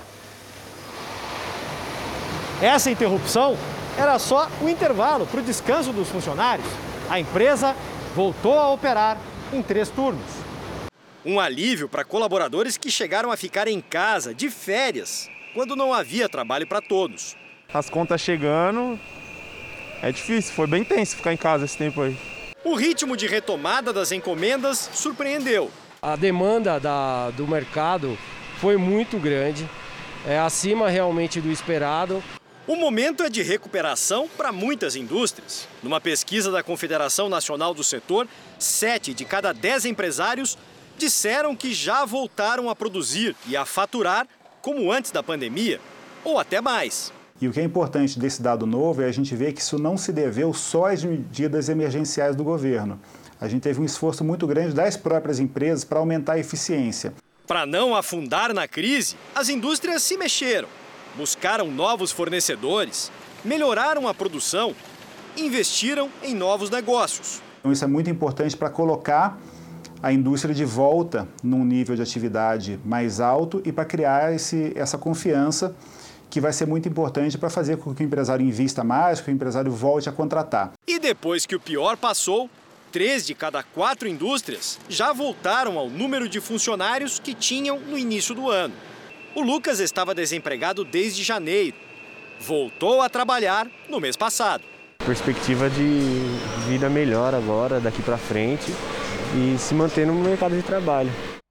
Essa interrupção era só o intervalo para o descanso dos funcionários. A empresa voltou a operar em três turnos. Um alívio para colaboradores que chegaram a ficar em casa, de férias, quando não havia trabalho para todos. As contas chegando, é difícil, foi bem tenso ficar em casa esse tempo aí. O ritmo de retomada das encomendas surpreendeu. A demanda da, do mercado foi muito grande, é acima realmente do esperado. O momento é de recuperação para muitas indústrias. Numa pesquisa da Confederação Nacional do Setor, sete de cada dez empresários disseram que já voltaram a produzir e a faturar como antes da pandemia, ou até mais. E o que é importante desse dado novo é a gente ver que isso não se deveu só às medidas emergenciais do governo. A gente teve um esforço muito grande das próprias empresas para aumentar a eficiência. Para não afundar na crise, as indústrias se mexeram, buscaram novos fornecedores, melhoraram a produção, investiram em novos negócios. Então isso é muito importante para colocar a indústria de volta num nível de atividade mais alto e para criar esse, essa confiança que vai ser muito importante para fazer com que o empresário invista mais, que o empresário volte a contratar. E depois que o pior passou, três de cada quatro indústrias já voltaram ao número de funcionários que tinham no início do ano. O Lucas estava desempregado desde janeiro. Voltou a trabalhar no mês passado. Perspectiva de vida melhor agora, daqui para frente, e se manter no mercado de trabalho.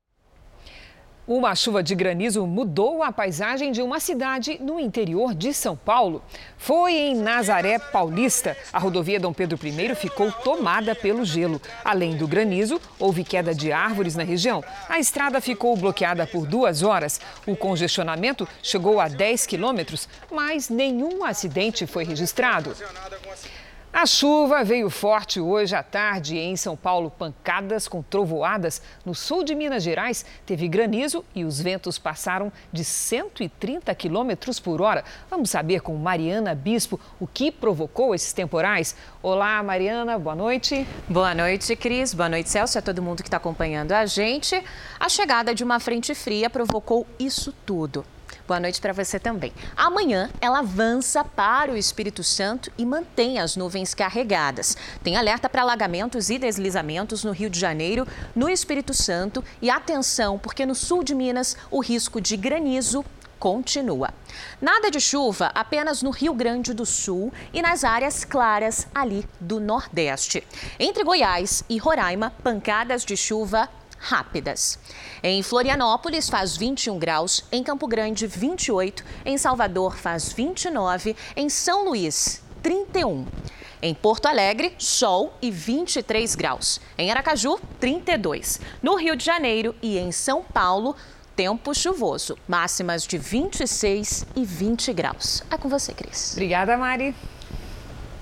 Uma chuva de granizo mudou a paisagem de uma cidade no interior de São Paulo. Foi em Nazaré Paulista. A rodovia Dom Pedro I ficou tomada pelo gelo. Além do granizo, houve queda de árvores na região. A estrada ficou bloqueada por duas horas. O congestionamento chegou a dez quilômetros, mas nenhum acidente foi registrado. A chuva veio forte hoje à tarde em São Paulo. Pancadas com trovoadas. No sul de Minas Gerais, teve granizo e os ventos passaram de cento e trinta quilômetros por hora. Vamos saber com Mariana Bispo o que provocou esses temporais. Olá, Mariana, boa noite. Boa noite, Cris. Boa noite, Celso, e a todo mundo que está acompanhando a gente. A chegada de uma frente fria provocou isso tudo. Boa noite para você também. Amanhã ela avança para o Espírito Santo e mantém as nuvens carregadas. Tem alerta para alagamentos e deslizamentos no Rio de Janeiro, no Espírito Santo e atenção, porque no sul de Minas o risco de granizo continua. Nada de chuva apenas no Rio Grande do Sul e nas áreas claras ali do Nordeste. Entre Goiás e Roraima, pancadas de chuva rápidas. Em Florianópolis faz vinte e um graus, em Campo Grande vinte e oito, em Salvador faz vinte e nove, em São Luís trinta e um. Em Porto Alegre, sol e vinte e três graus. Em Aracaju, trinta e dois. No Rio de Janeiro e em São Paulo, tempo chuvoso. Máximas de vinte e seis e vinte graus. É com você, Cris. Obrigada, Mari.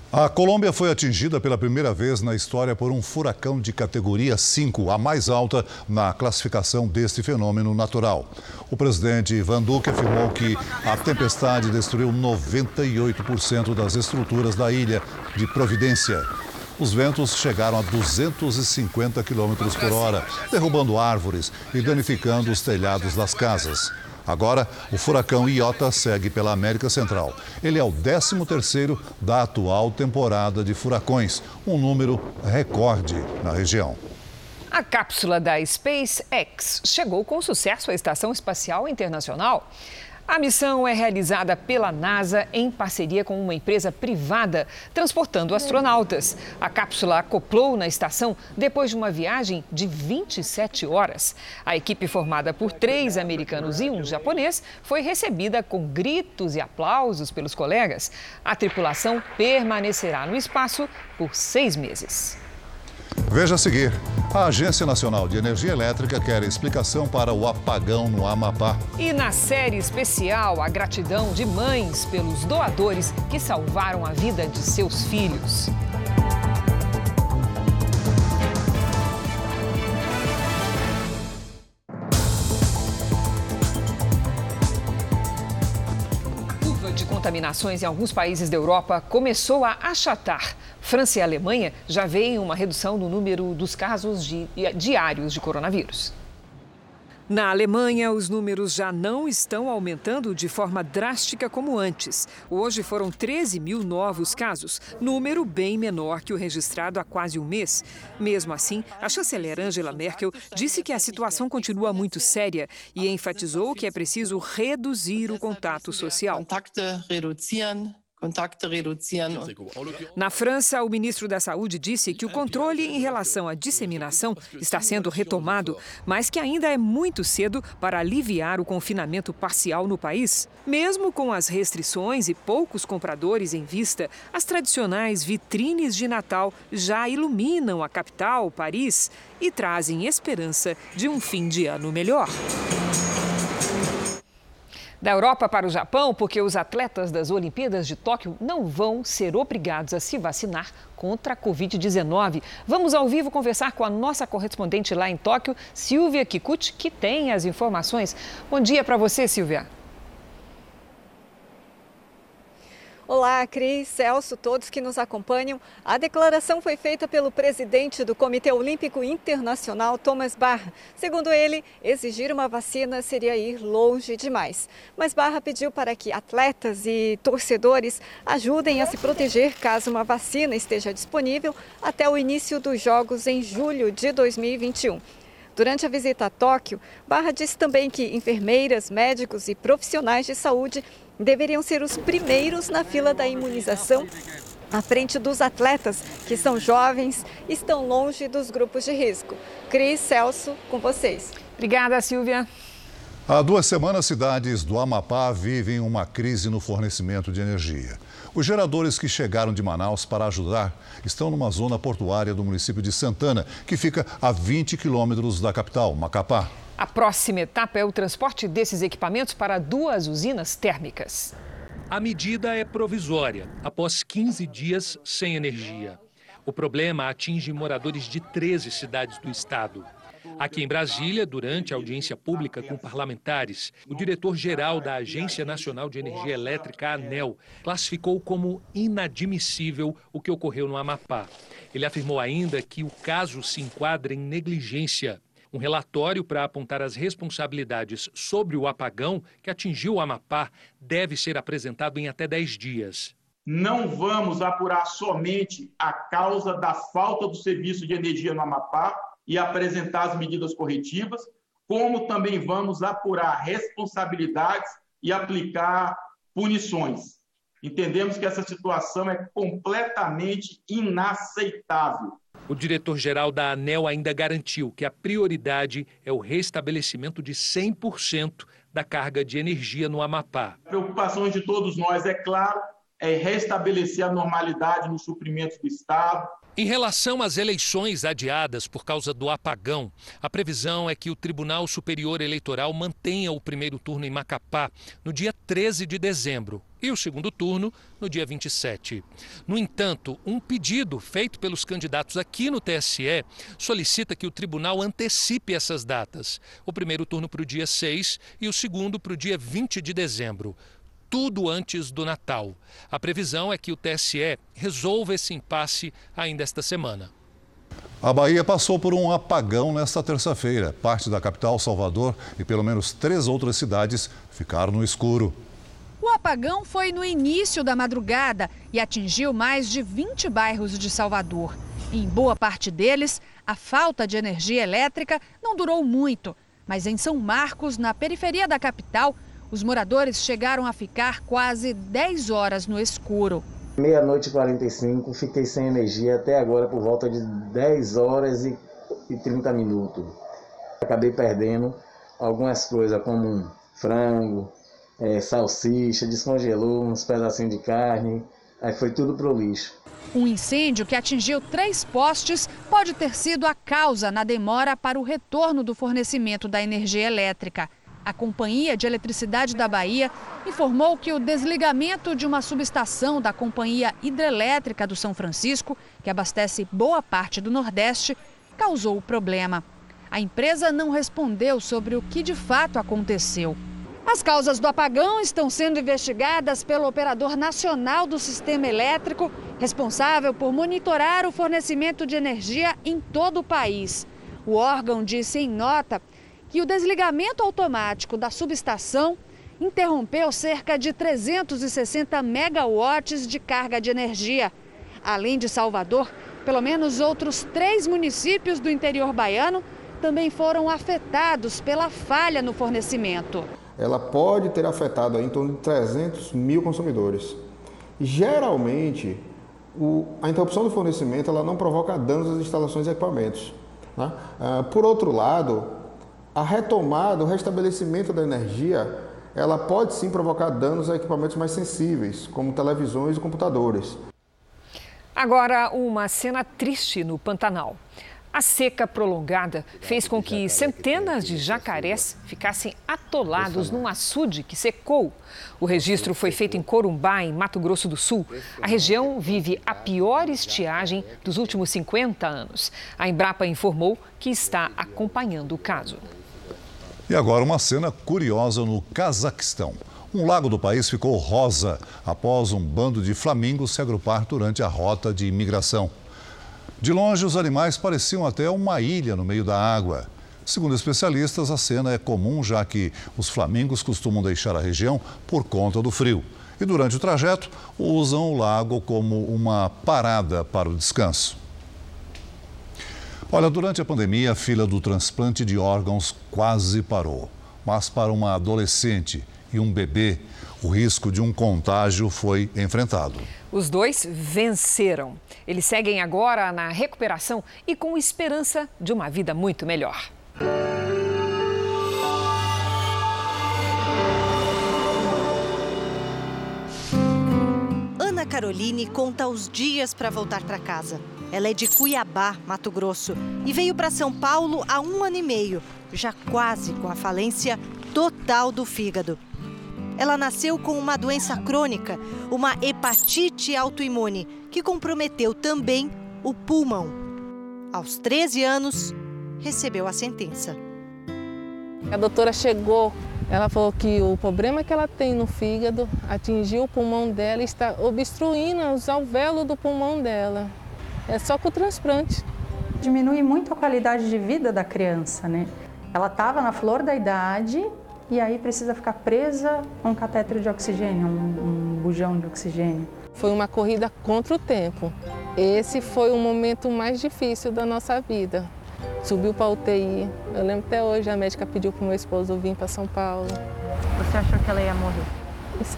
A Colômbia foi atingida pela primeira vez na história por um furacão de categoria cinco, a mais alta na classificação deste fenômeno natural. O presidente Iván Duque afirmou que a tempestade destruiu noventa e oito por cento das estruturas da ilha de Providência. Os ventos chegaram a duzentos e cinquenta quilômetros por hora, derrubando árvores e danificando os telhados das casas. Agora, o furacão Iota segue pela América Central. Ele é o décimo terceiro da atual temporada de furacões, um número recorde na região. A cápsula da SpaceX chegou com sucesso à Estação Espacial Internacional. A missão é realizada pela NASA em parceria com uma empresa privada, transportando astronautas. A cápsula acoplou na estação depois de uma viagem de vinte e sete horas. A equipe, formada por três americanos e um japonês, foi recebida com gritos e aplausos pelos colegas. A tripulação permanecerá no espaço por seis meses. Veja a seguir. A Agência Nacional de Energia Elétrica quer explicação para o apagão no Amapá. E na série especial, a gratidão de mães pelos doadores que salvaram a vida de seus filhos. Contaminações em alguns países da Europa começou a achatar. França e Alemanha já veem uma redução no número dos casos de, diários de coronavírus. Na Alemanha, os números já não estão aumentando de forma drástica como antes. Hoje foram treze mil novos casos, número bem menor que o registrado há quase um mês. Mesmo assim, a chanceler Angela Merkel disse que a situação continua muito séria e enfatizou que é preciso reduzir o contato social. Na França, o ministro da Saúde disse que o controle em relação à disseminação está sendo retomado, mas que ainda é muito cedo para aliviar o confinamento parcial no país. Mesmo com as restrições e poucos compradores em vista, as tradicionais vitrines de Natal já iluminam a capital, Paris, e trazem esperança de um fim de ano melhor. Da Europa para o Japão, porque os atletas das Olimpíadas de Tóquio não vão ser obrigados a se vacinar contra a covid dezenove. Vamos ao vivo conversar com a nossa correspondente lá em Tóquio, Silvia Kikuchi, que tem as informações. Bom dia para você, Silvia. Olá, Cris, Celso, todos que nos acompanham. A declaração foi feita pelo presidente do Comitê Olímpico Internacional, Thomas Bach. Segundo ele, exigir uma vacina seria ir longe demais. Mas Bach pediu para que atletas e torcedores ajudem a se proteger caso uma vacina esteja disponível até o início dos Jogos em julho de dois mil e vinte e um. Durante a visita a Tóquio, Barra disse também que enfermeiras, médicos e profissionais de saúde deveriam ser os primeiros na fila da imunização, à frente dos atletas, que são jovens e estão longe dos grupos de risco. Cris, Celso, com vocês. Obrigada, Silvia. Há duas semanas, cidades do Amapá vivem uma crise no fornecimento de energia. Os geradores que chegaram de Manaus para ajudar estão numa zona portuária do município de Santana, que fica a vinte quilômetros da capital, Macapá. A próxima etapa é o transporte desses equipamentos para duas usinas térmicas. A medida é provisória, após quinze dias sem energia. O problema atinge moradores de treze cidades do estado. Aqui em Brasília, durante a audiência pública com parlamentares, o diretor-geral da Agência Nacional de Energia Elétrica, ANEEL, classificou como inadmissível o que ocorreu no Amapá. Ele afirmou ainda que o caso se enquadra em negligência. Um relatório para apontar as responsabilidades sobre o apagão que atingiu o Amapá deve ser apresentado em até dez dias. Não vamos apurar somente a causa da falta do serviço de energia no Amapá e apresentar as medidas corretivas, como também vamos apurar responsabilidades e aplicar punições. Entendemos que essa situação é completamente inaceitável. O diretor-geral da ANEEL ainda garantiu que a prioridade é o restabelecimento de cem por cento da carga de energia no Amapá. A preocupação de todos nós, é claro, é restabelecer a normalidade nos suprimentos do Estado. Em relação às eleições adiadas por causa do apagão, a previsão é que o Tribunal Superior Eleitoral mantenha o primeiro turno em Macapá no dia treze de dezembro, e o segundo turno no dia vinte e sete. No entanto, um pedido feito pelos candidatos aqui no T S E solicita que o tribunal antecipe essas datas. O primeiro turno para o dia seis e o segundo para o dia vinte de dezembro. Tudo antes do Natal. A previsão é que o T S E resolva esse impasse ainda esta semana. A Bahia passou por um apagão nesta terça-feira. Parte da capital, Salvador, e pelo menos três outras cidades ficaram no escuro. O apagão foi no início da madrugada e atingiu mais de vinte bairros de Salvador. Em boa parte deles, a falta de energia elétrica não durou muito. Mas em São Marcos, na periferia da capital, os moradores chegaram a ficar quase dez horas no escuro. Meia-noite e quarenta e cinco, fiquei sem energia até agora por volta de dez horas e trinta minutos. Acabei perdendo algumas coisas como frango, é, salsicha, descongelou uns pedacinhos de carne, aí foi tudo pro lixo. Um incêndio que atingiu três postes pode ter sido a causa na demora para o retorno do fornecimento da energia elétrica. A Companhia de Eletricidade da Bahia informou que o desligamento de uma subestação da Companhia Hidrelétrica do São Francisco, que abastece boa parte do Nordeste, causou o problema. A empresa não respondeu sobre o que de fato aconteceu. As causas do apagão estão sendo investigadas pelo Operador Nacional do Sistema Elétrico, responsável por monitorar o fornecimento de energia em todo o país. O órgão disse em nota que o desligamento automático da subestação interrompeu cerca de trezentos e sessenta megawatts de carga de energia. Além de Salvador, pelo menos outros três municípios do interior baiano também foram afetados pela falha no fornecimento. Ela pode ter afetado em torno de trezentos mil consumidores. Geralmente, o, a interrupção do fornecimento ela não provoca danos às instalações e equipamentos, né? Ah, por outro lado, a retomada, o restabelecimento da energia, ela pode sim provocar danos a equipamentos mais sensíveis, como televisões e computadores. Agora, uma cena triste no Pantanal. A seca prolongada fez com que centenas de jacarés ficassem atolados num açude que secou. O registro foi feito em Corumbá, em Mato Grosso do Sul. A região vive a pior estiagem dos últimos cinquenta anos. A Embrapa informou que está acompanhando o caso. E agora uma cena curiosa no Cazaquistão. Um lago do país ficou rosa após um bando de flamingos se agrupar durante a rota de imigração. De longe, os animais pareciam até uma ilha no meio da água. Segundo especialistas, a cena é comum, já que os flamingos costumam deixar a região por conta do frio. E durante o trajeto, usam o lago como uma parada para o descanso. Olha, durante a pandemia, a fila do transplante de órgãos quase parou. Mas para uma adolescente e um bebê, o risco de um contágio foi enfrentado. Os dois venceram. Eles seguem agora na recuperação e com esperança de uma vida muito melhor. Ana Caroline conta os dias para voltar para casa. Ela é de Cuiabá, Mato Grosso, e veio para São Paulo há um ano e meio, já quase com a falência total do fígado. Ela nasceu com uma doença crônica, uma hepatite autoimune, que comprometeu também o pulmão. Aos treze anos, recebeu a sentença. A doutora chegou, ela falou que o problema que ela tem no fígado atingiu o pulmão dela e está obstruindo os alvéolos do pulmão dela. É só com o transplante. Diminui muito a qualidade de vida da criança, né? Ela estava na flor da idade e aí precisa ficar presa a um catéter de oxigênio, um, um bujão de oxigênio. Foi uma corrida contra o tempo. Esse foi o momento mais difícil da nossa vida. Subiu para a U T I. Eu lembro até hoje, a médica pediu para o meu esposo vir para São Paulo. Você achou que ela ia morrer? Isso.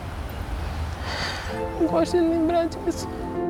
Não gosto de lembrar disso.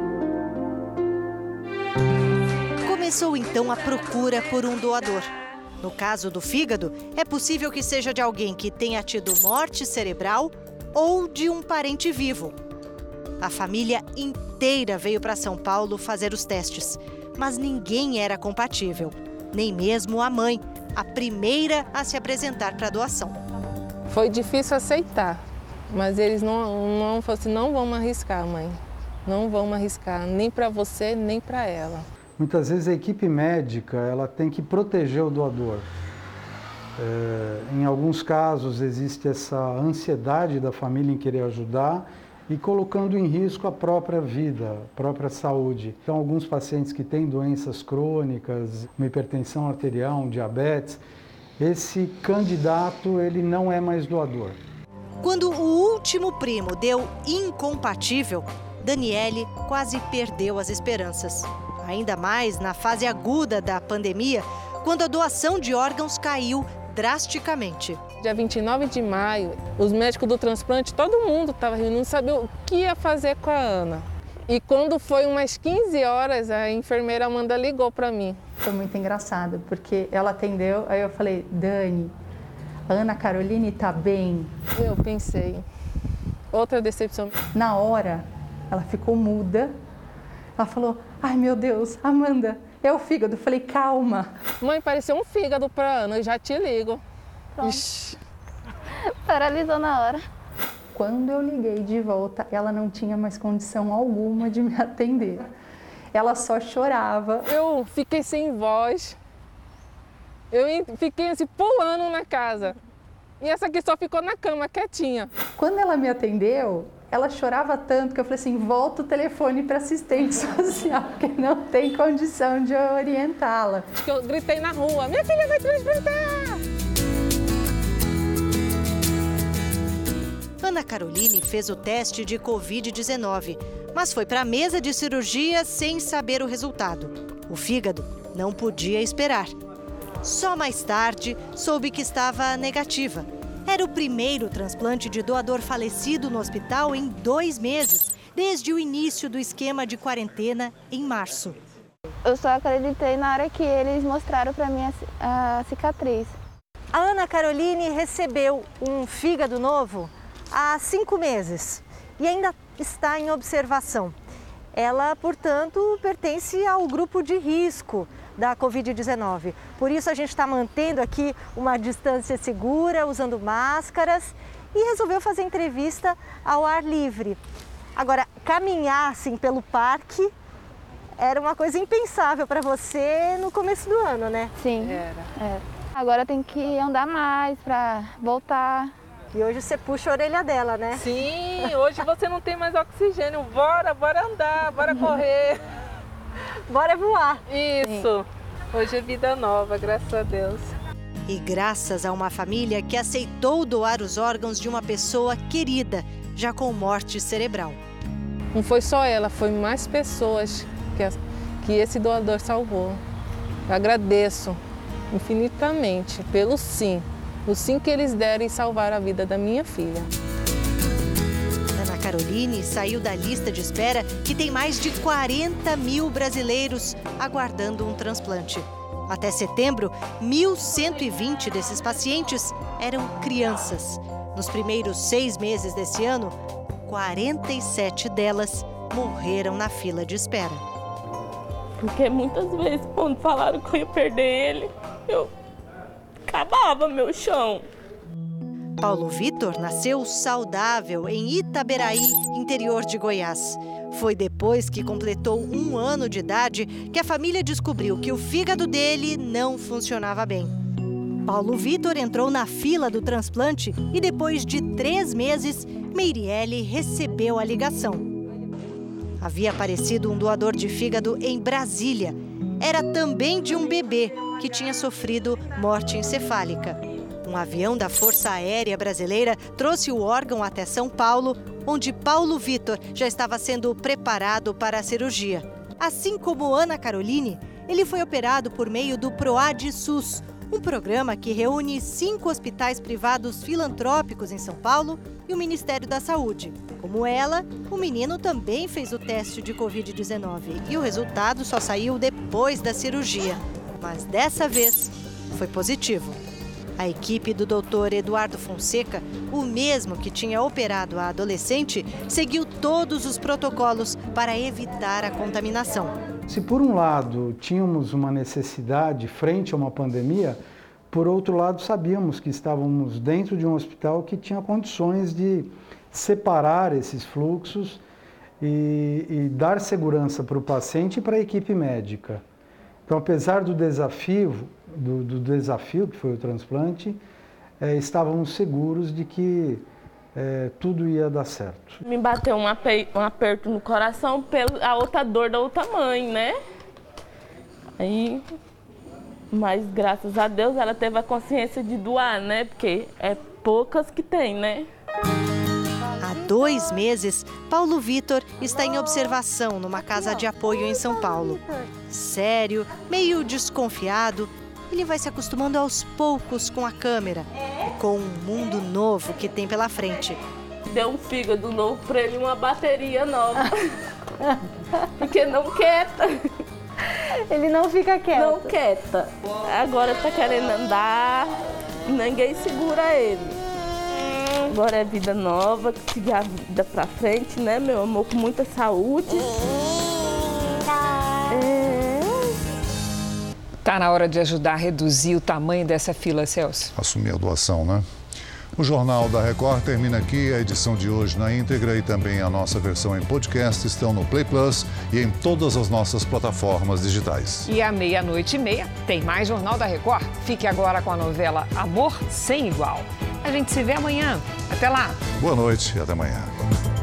Começou então a procura por um doador. No caso do fígado, é possível que seja de alguém que tenha tido morte cerebral ou de um parente vivo. A família inteira veio para São Paulo fazer os testes, mas ninguém era compatível, nem mesmo a mãe, a primeira a se apresentar para a doação. Foi difícil aceitar, Mas eles não, não falaram assim, não vamos arriscar, mãe. Não vamos arriscar, nem para você, nem para ela. Muitas vezes a equipe médica ela tem que proteger o doador. É, em alguns casos existe essa ansiedade da família em querer ajudar e colocando em risco a própria vida, a própria saúde. Então, alguns pacientes que têm doenças crônicas, uma hipertensão arterial, um diabetes, esse candidato ele não é mais doador. Quando o último primo deu incompatível, Daniele quase perdeu as esperanças. Ainda mais na fase aguda da pandemia, quando a doação de órgãos caiu drasticamente. Dia vinte e nove de maio, os médicos do transplante, todo mundo estava rindo, não sabia o que ia fazer com a Ana. E quando foi umas quinze horas, a enfermeira Amanda ligou para mim. Foi muito engraçado, porque ela atendeu, aí eu falei, Dani, a Ana Caroline tá bem? Eu pensei, outra decepção. Na hora, ela ficou muda, ela falou, ai meu Deus, Amanda, é o fígado. Eu falei, calma. Mãe, pareceu um fígado pra Ana, eu já te ligo. Paralisou na hora. Quando eu liguei de volta, ela não tinha mais condição alguma de me atender. Ela só chorava. Eu fiquei sem voz. Eu fiquei assim, pulando na casa. E essa aqui só ficou na cama, quietinha. Quando ela me atendeu, ela chorava tanto que eu falei assim, volta o telefone para assistente social, porque não tem condição de orientá-la. Acho que eu gritei na rua, minha filha vai transplantar! Ana Caroline fez o teste de covid dezenove, mas foi para a mesa de cirurgia sem saber o resultado. O fígado não podia esperar. Só mais tarde soube que estava negativa. Era o primeiro transplante de doador falecido no hospital em dois meses, desde o início do esquema de quarentena em março. Eu só acreditei na hora que eles mostraram para mim a, a cicatriz. A Ana Caroline recebeu um fígado novo há cinco meses e ainda está em observação. Ela, portanto, pertence ao grupo de risco da covid dezenove. Por isso a gente está mantendo aqui uma distância segura, usando máscaras e resolveu fazer entrevista ao ar livre. Agora, caminhar assim pelo parque era uma coisa impensável para você no começo do ano, né? Sim, era. É. Agora tem que andar mais para voltar. E hoje você puxa a orelha dela, né? Sim, hoje você não tem mais oxigênio. Bora, bora andar, bora correr. Bora voar. Isso. Hoje é vida nova, graças a Deus. E graças a uma família que aceitou doar os órgãos de uma pessoa querida, já com morte cerebral. Não foi só ela, foi mais pessoas que, a, que esse doador salvou. Eu agradeço infinitamente pelo sim. O sim que eles deram em salvar a vida da minha filha. Ana Caroline saiu da lista de espera que tem mais de quarenta mil brasileiros aguardando um transplante. Até setembro, mil cento e vinte desses pacientes eram crianças. Nos primeiros seis meses desse ano, quarenta e sete delas morreram na fila de espera. Porque muitas vezes, quando falaram que eu ia perder ele, eu acabava meu chão. Paulo Vitor nasceu saudável em Itaberaí, interior de Goiás. Foi depois que completou um ano de idade que a família descobriu que o fígado dele não funcionava bem. Paulo Vitor entrou na fila do transplante e depois de três meses, Meirielle recebeu a ligação. Havia aparecido um doador de fígado em Brasília. Era também de um bebê que tinha sofrido morte encefálica. Um avião da Força Aérea Brasileira trouxe o órgão até São Paulo, onde Paulo Vitor já estava sendo preparado para a cirurgia. Assim como Ana Caroline, ele foi operado por meio do PROAD SUS, um programa que reúne cinco hospitais privados filantrópicos em São Paulo e o Ministério da Saúde. Como ela, o menino também fez o teste de covid dezenove e o resultado só saiu depois da cirurgia. Mas dessa vez foi positivo. A equipe do doutor Eduardo Fonseca, o mesmo que tinha operado a adolescente, seguiu todos os protocolos para evitar a contaminação. Se por um lado tínhamos uma necessidade frente a uma pandemia, por outro lado sabíamos que estávamos dentro de um hospital que tinha condições de separar esses fluxos e, e dar segurança para o paciente e para a equipe médica. Então, apesar do desafio, do, do desafio que foi o transplante, é, estávamos seguros de que é, tudo ia dar certo. Me bateu um, ape, um aperto no coração pela outra dor da outra mãe, né? Aí, mas graças a Deus ela teve a consciência de doar, né? Porque é poucas que tem, né? Há dois meses, Paulo Vitor está em observação numa casa de apoio em São Paulo. Sério, meio desconfiado, ele vai se acostumando aos poucos com a câmera e com um mundo novo que tem pela frente. Deu um fígado novo para ele, uma bateria nova. Porque não quieta. Ele não fica quieto. Não quieta. Agora tá querendo andar, ninguém segura ele. Agora é vida nova, seguir a vida pra frente, né, meu amor? Com muita saúde. É... Tá na hora de ajudar a reduzir o tamanho dessa fila, Celso. Assumir a doação, né? O Jornal da Record termina aqui. A edição de hoje na íntegra e também a nossa versão em podcast estão no Play Plus e em todas as nossas plataformas digitais. E à meia-noite e meia tem mais Jornal da Record. Fique agora com a novela Amor Sem Igual. A gente se vê amanhã. Até lá. Boa noite e até amanhã.